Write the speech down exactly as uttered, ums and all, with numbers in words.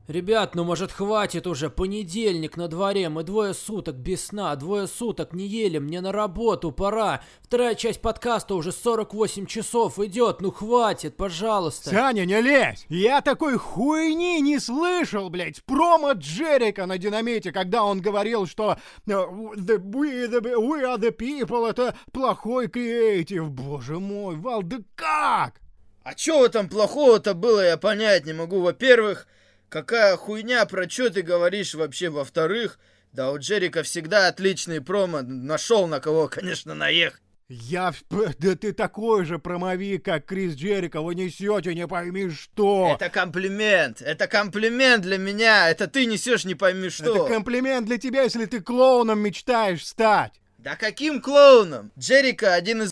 Ребят, ну может хватит уже, понедельник на дворе, мы двое суток без сна, двое суток не ели, мне на работу пора. Вторая часть подкаста уже сорок восемь часов идет, ну хватит, пожалуйста. Саня, не лезь! Я такой хуйни не слышал, блядь. Промо Джерика на Динамите, когда он говорил, что uh, the, we, the, we are the people, это плохой креатив. Боже мой, Вал, да как? А чё в этом плохого-то было, я понять не могу. Во-первых, какая хуйня, про чё ты говоришь вообще? Во-вторых, да у Джерика всегда отличные промо. Нашел на кого, конечно, наехать. Я... Да ты такой же промовик, как Крис Джерико. Вы несете не пойми что. Это комплимент. Это комплимент для меня. Это ты несешь не пойми что. Это комплимент для тебя, если ты клоуном мечтаешь стать. Да каким клоуном? Джерико один из